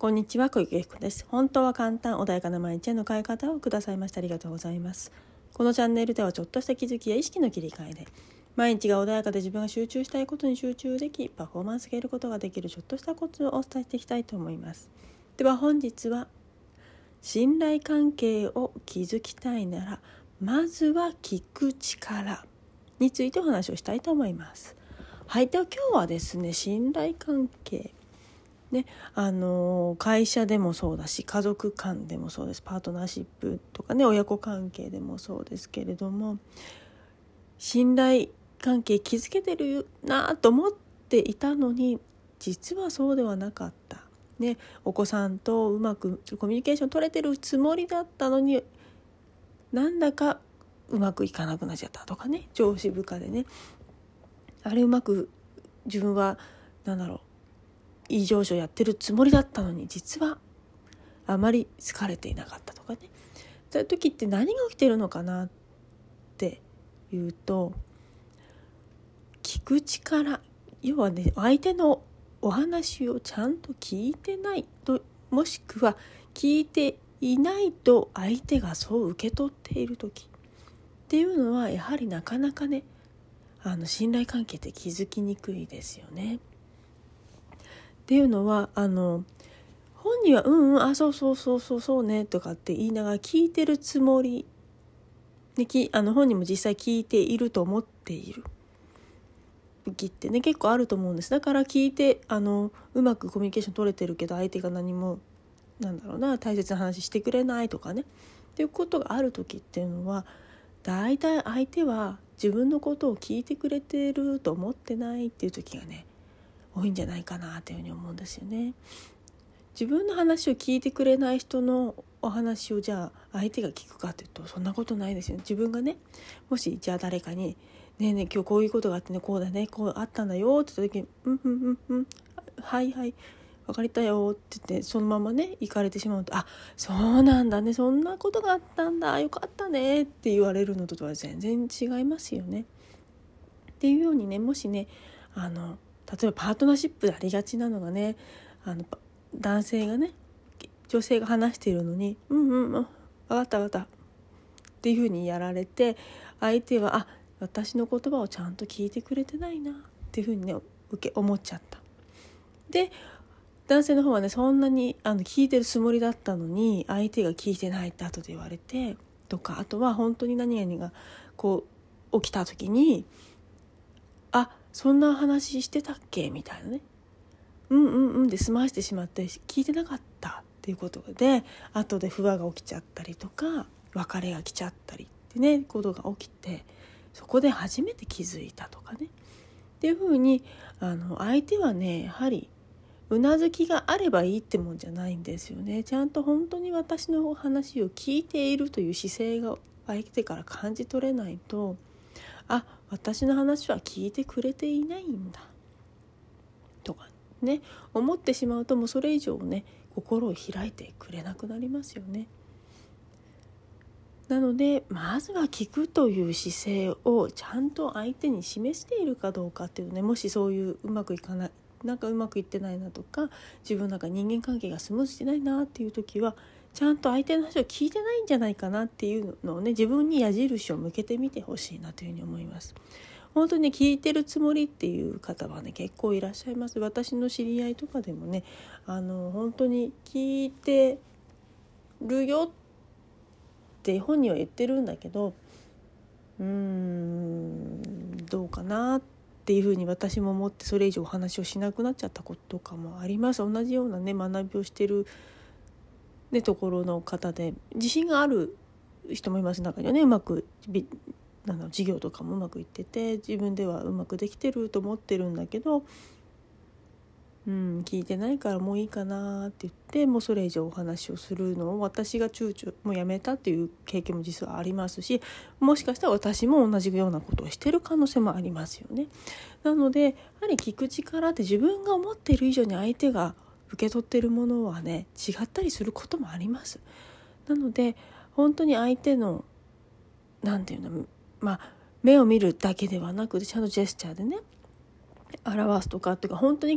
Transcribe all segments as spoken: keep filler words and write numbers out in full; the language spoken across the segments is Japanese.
こんにちは、小池子です。本当は簡単、穏やかな毎日への変え方をくださいましてありがとうございます。このチャンネルではちょっとした気づきや意識の切り替えで毎日が穏やかで自分が集中したいことに集中できパフォーマンスを上げることができるちょっとしたコツをお伝えしていきたいと思います。では本日は信頼関係を築きたいならまずは聞く力についてお話をしたいと思います。はい、では今日はですね、信頼関係ね、あの会社でもそうだし家族間でもそうです。パートナーシップとかね、親子関係でもそうですけれども、信頼関係築けてるなと思っていたのに実はそうではなかった、ね、お子さんとうまくコミュニケーション取れてるつもりだったのになんだかうまくいかなくなっちゃったとかね、上司部下でね、あれうまく自分はなんだろういい上司をやってるつもりだったのに実はあまり疲れていなかったとかね、そういう時って何が起きてるのかなっていうと、聞く力、要はね、相手のお話をちゃんと聞いてないと、もしくは聞いていないと相手がそう受け取っている時っていうのはやはりなかなかね、あの信頼関係って築きにくいですよね。っていうのはあの本人はうんうんあそうそうそうそうそうねとかって言いながら聞いてるつもりで、きあの本人も実際聞いていると思っている時ってね結構あると思うんです。だから聞いてあのうまくコミュニケーション取れてるけど相手が何もなんだろうな大切な話してくれないとかねっていうことがある時っていうのは、だいたい相手は自分のことを聞いてくれてると思ってないっていう時がね多いんじゃないかなというふうに思うんですよね。自分の話を聞いてくれない人のお話をじゃあ相手が聞くかというとそんなことないですよね。自分がねもしじゃあ誰かにねえねえ今日こういうことがあってねこうだねこうあったんだよって言った時にうんうんうんうんはいはい分かりたよって言ってそのままね行かれてしまうと、あそうなんだねそんなことがあったんだよかったねって言われるのとは全然違いますよね。っていうようにね、もしねあの例えばパートナーシップでありがちなのがね、あの男性がね女性が話しているのにうんうんうん分かった分かったっていうふうにやられて、相手はあ私の言葉をちゃんと聞いてくれてないなっていうふうにね受け思っちゃった。で男性の方はねそんなにあの聞いてるつもりだったのに相手が聞いてないって後で言われてとか、あとは本当に何々がこう起きた時にあそんな話してたっけみたいなね、うんうんうんで済ましてしまって聞いてなかったっていうことで後で不和が起きちゃったりとか別れが来ちゃったりってねことが起きて、そこで初めて気づいたとかねっていうふうにあの相手はねやはりうなずきがあればいいってもんじゃないんですよね。ちゃんと本当に私の話を聞いているという姿勢が相手から感じ取れないと、あ私の話は聞いてくれていないんだとかね思ってしまうと、もうそれ以上ね心を開いてくれなくなりますよね。なのでまずは聞くという姿勢をちゃんと相手に示しているかどうかっていうね、もしそういううまくいかないなんかうまくいってないなとか自分なんか人間関係がスムーズしてないなっていう時はちゃんと相手の話を聞いてないんじゃないかなっていうのをね自分に矢印を向けてみてほしいなというふうに思います。本当に聞いてるつもりっていう方はね結構いらっしゃいます。私の知り合いとかでもねあの本当に聞いてるよって本人は言ってるんだけどうーんどうかなっていうふうに私も思ってそれ以上お話をしなくなっちゃったこととかもあります。同じようなね学びをしてる、ね、ところの方で自信がある人もいます。中にはねうまくあの事業とかもうまくいってて自分ではうまくできてると思ってるんだけど、うん、聞いてないからもういいかなって言ってもうそれ以上お話をするのを私が躊躇もうやめたっていう経験も実はありますし、もしかしたら私も同じようなことをしてる可能性もありますよね。なのでやはり聞く力って自分が思っている以上に相手が受け取っているものはね違ったりすることもあります。なので本当に相手のなんていうのまあ目を見るだけではなくてちゃんとジェスチャーでね表すとかっていうか本当に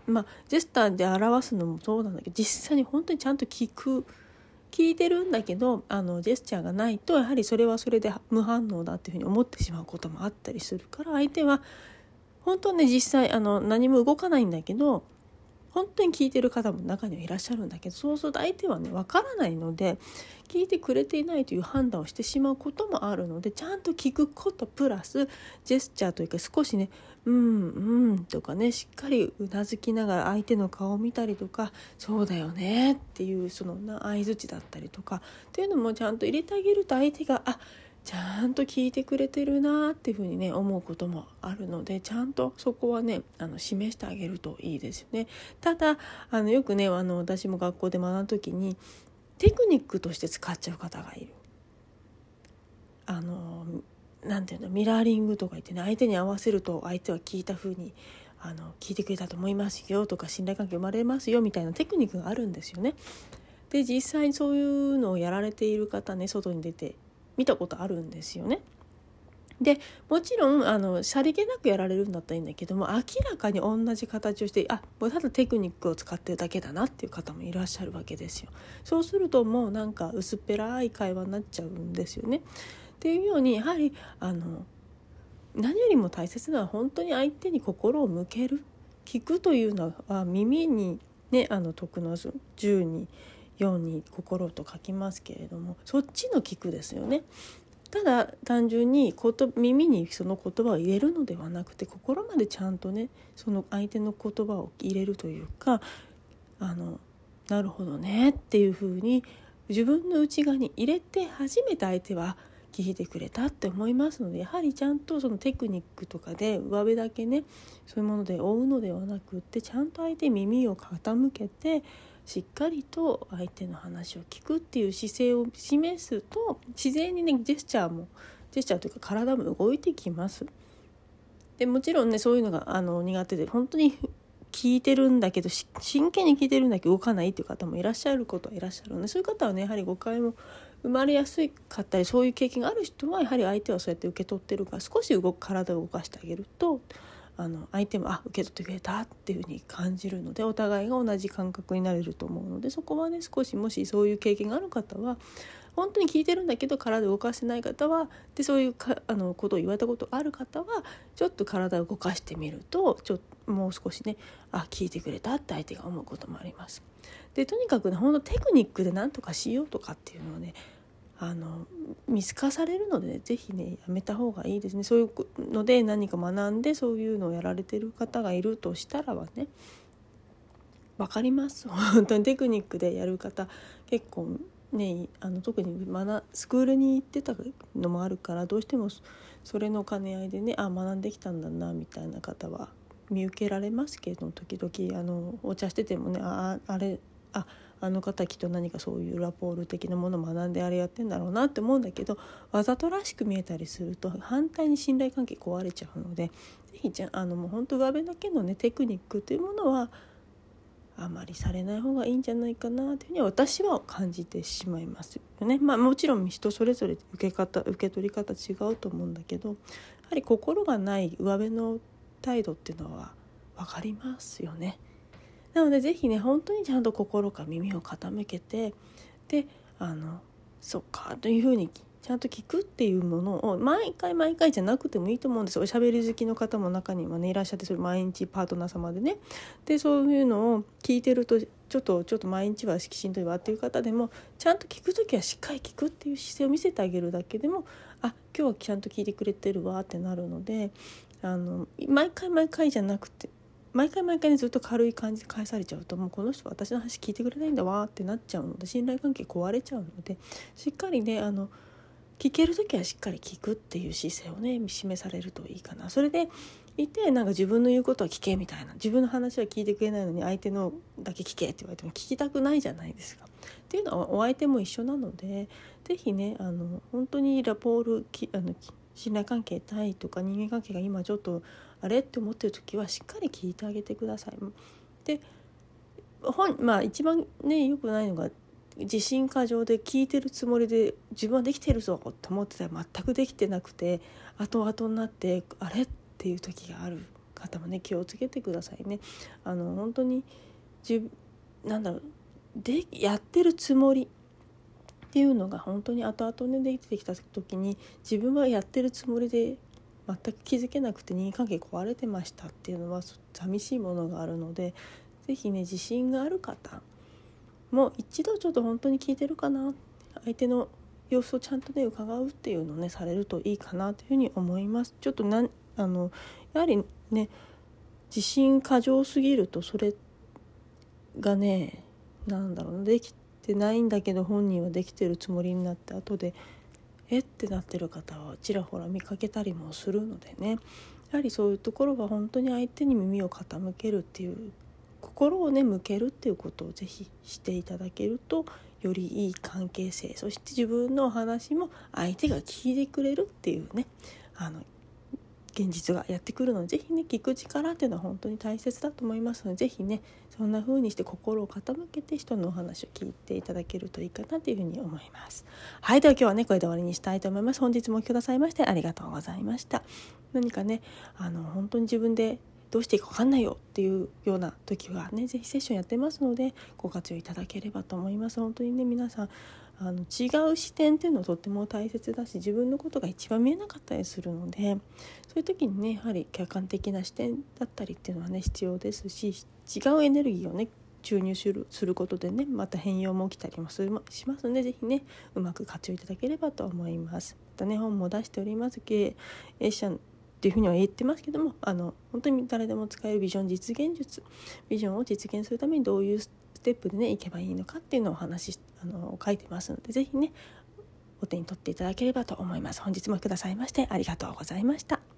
まあジェスチャーで表すのもそうなんだけど、実際に本当にちゃんと聞く聞いてるんだけど、あのジェスチャーがないとやはりそれはそれで無反応だっていうふうに思ってしまうこともあったりするから、相手は本当にね実際あの何も動かないんだけど本当に聞いてる方も中にはいらっしゃるんだけど、そうすると相手はね分からないので聞いてくれていないという判断をしてしまうこともあるので、ちゃんと聞くことプラスジェスチャーというか少しねうんうんとかねしっかりうなずきながら相手の顔を見たりとか、そうだよねっていうその相づちだったりとかっていうのもちゃんと入れてあげると、相手があちゃんと聞いてくれてるなっていうふうにね思うこともあるので、ちゃんとそこはねあの示してあげるといいですよね。ただあのよくねあの私も学校で学んだ時にテクニックとして使っちゃう方がいる。あのなんていうのミラーリングとか言ってね、相手に合わせると相手は聞いたふうにあの聞いてくれたと思いますよとか、信頼関係生まれますよみたいなテクニックがあるんですよね。で実際にそういうのをやられている方ね外に出て見たことあるんですよね。でもちろんあのさりげなくやられるんだったらいいんだけども、明らかに同じ形をしてあもうただテクニックを使ってるだけだなっていう方もいらっしゃるわけですよ。そうするともうなんか薄っぺらい会話になっちゃうんですよね。っていうようにやはりあの何よりも大切なのは本当に相手に心を向ける。聞くというのは耳にねあの徳のじゅうによんに心と書きますけれども、そっちの聞くですよね。ただ単純にこと耳にその言葉を入れるのではなくて、心までちゃんとねその相手の言葉を入れるというか、あのなるほどねっていうふうに自分の内側に入れて初めて相手は聞いてくれたって思いますので、やはりちゃんとそのテクニックとかで上辺だけねそういうもので追うのではなくって、ちゃんと相手に耳を傾けてしっかりと相手の話を聞くっていう姿勢を示すと、自然にねジェスチャーもジェスチャーというか体も動いてきます。でもちろんねそういうのがあの苦手で本当に聞いてるんだけど真剣に聞いてるんだけど動かないっていう方もいらっしゃることはいらっしゃるので、そういう方はねやはり誤解も生まれやすかったり、そういう経験がある人はやはり相手はそうやって受け取ってるから、少し動く体を動かしてあげるとあの相手もあ受け取ってくれたっていう風に感じるので、お互いが同じ感覚になれると思うので、そこはね少しもしそういう経験がある方は本当に聞いてるんだけど体を動かしてない方はでそういうかあのことを言われたことある方はちょっと体を動かしてみるとちょっともう少しねあ聞いてくれたって相手が思うこともあります。でとにかくね本当テクニックで何とかしようとかっていうのはねあの見透かされるので、ね、ぜひねやめた方がいいですね。そういうので何か学んでそういうのをやられてる方がいるとしたらはね分かります。本当にテクニックでやる方結構ねあの特に学スクールに行ってたのもあるからどうしてもそれの兼ね合いでねあ学んできたんだなみたいな方は見受けられますけど、時々あのお茶しててもねああれああの方きっと何かそういうラポール的なものを学んであれやってんだろうなって思うんだけど、わざとらしく見えたりすると反対に信頼関係壊れちゃうので、ぜひじゃあのもう本当上辺だけのねテクニックというものはあまりされない方がいいんじゃないかなというふうに私は感じてしまいますよね。まあもちろん人それぞれ受け方受け取り方違うと思うんだけど、やはり心がない上辺の態度っていうのは分かりますよね。なのでぜひね本当にちゃんと心か耳を傾けて、であのそっかというふうにちゃんと聞くっていうものを毎回毎回じゃなくてもいいと思うんですよ。おしゃべり好きの方も中にはねいらっしゃって、それ毎日パートナー様でねでそういうのを聞いてるとちょっとちょっと毎日はしんどいわっていう方でもちゃんと聞くときはしっかり聞くっていう姿勢を見せてあげるだけでもあ今日はちゃんと聞いてくれてるわってなるので、あの毎回毎回じゃなくて毎回毎回ねずっと軽い感じで返されちゃうともうこの人は私の話聞いてくれないんだわってなっちゃうので信頼関係壊れちゃうので、しっかりねあの聞けるときはしっかり聞くっていう姿勢をね示されるといいかな。それでいてなんか自分の言うことは聞けみたいな、自分の話は聞いてくれないのに相手のだけ聞けって言われても聞きたくないじゃないですか。っていうのはお相手も一緒なので、ぜひねあの本当にラポールきあの信頼関係ないとか人間関係が今ちょっとあれって思ってるときはしっかり聞いてあげてください。で本まあ一番ね良くないのが自信過剰で聞いてるつもりで自分はできてるぞと思ってたら全くできてなくて後々になってあれっていう時がある方もね気をつけてくださいね。あの本当に自なんだろうでやってるつもりっていうのが本当に後々ね出てきた時に自分はやってるつもりで全く気づけなくて人間関係壊れてましたっていうのは寂しいものがあるので、ぜひね自信がある方もう一度ちょっと本当に聞いてるかな、相手の様子をちゃんとね伺うっていうのをねされるといいかなというふうに思います。ちょっとなんあのやはりね自信過剰すぎるとそれがねなんだろうなできてないんだけど本人はできてるつもりになって後でえってなってる方はちらほら見かけたりもするのでね、やはりそういうところは本当に相手に耳を傾けるっていう心をね向けるっていうことをぜひしていただけるとよりいい関係性、そして自分のお話も相手が聞いてくれるっていうねあの現実がやってくるので、ぜひね聞く力っていうのは本当に大切だと思いますので、ぜひねそんな風にして心を傾けて人のお話を聞いていただけるといいかなというふうに思います。はい、では今日はねこれで終わりにしたいと思います。本日もお聞きくださいましてありがとうございました。何かねあの本当に自分でどうしていいか分かんないよっていうような時はねぜひセッションやってますのでご活用いただければと思います。本当にね皆さんあの違う視点っていうのはとっても大切だし、自分のことが一番見えなかったりするので、そういう時にねやはり客観的な視点だったりっていうのはね必要ですし、違うエネルギーをね注入する、することでねまた変容も起きたりもするしますので、ぜひねうまく活用いただければと思います。またね本も出しております。経営者っていうふうには言ってますけども、あの本当に誰でも使えるビジョン実現術、ビジョンを実現するためにどういうステップでねいけばいいのかっていうのをお話しあの書いてますので、ぜひねお手に取っていただければと思います。本日もくださいましてありがとうございました。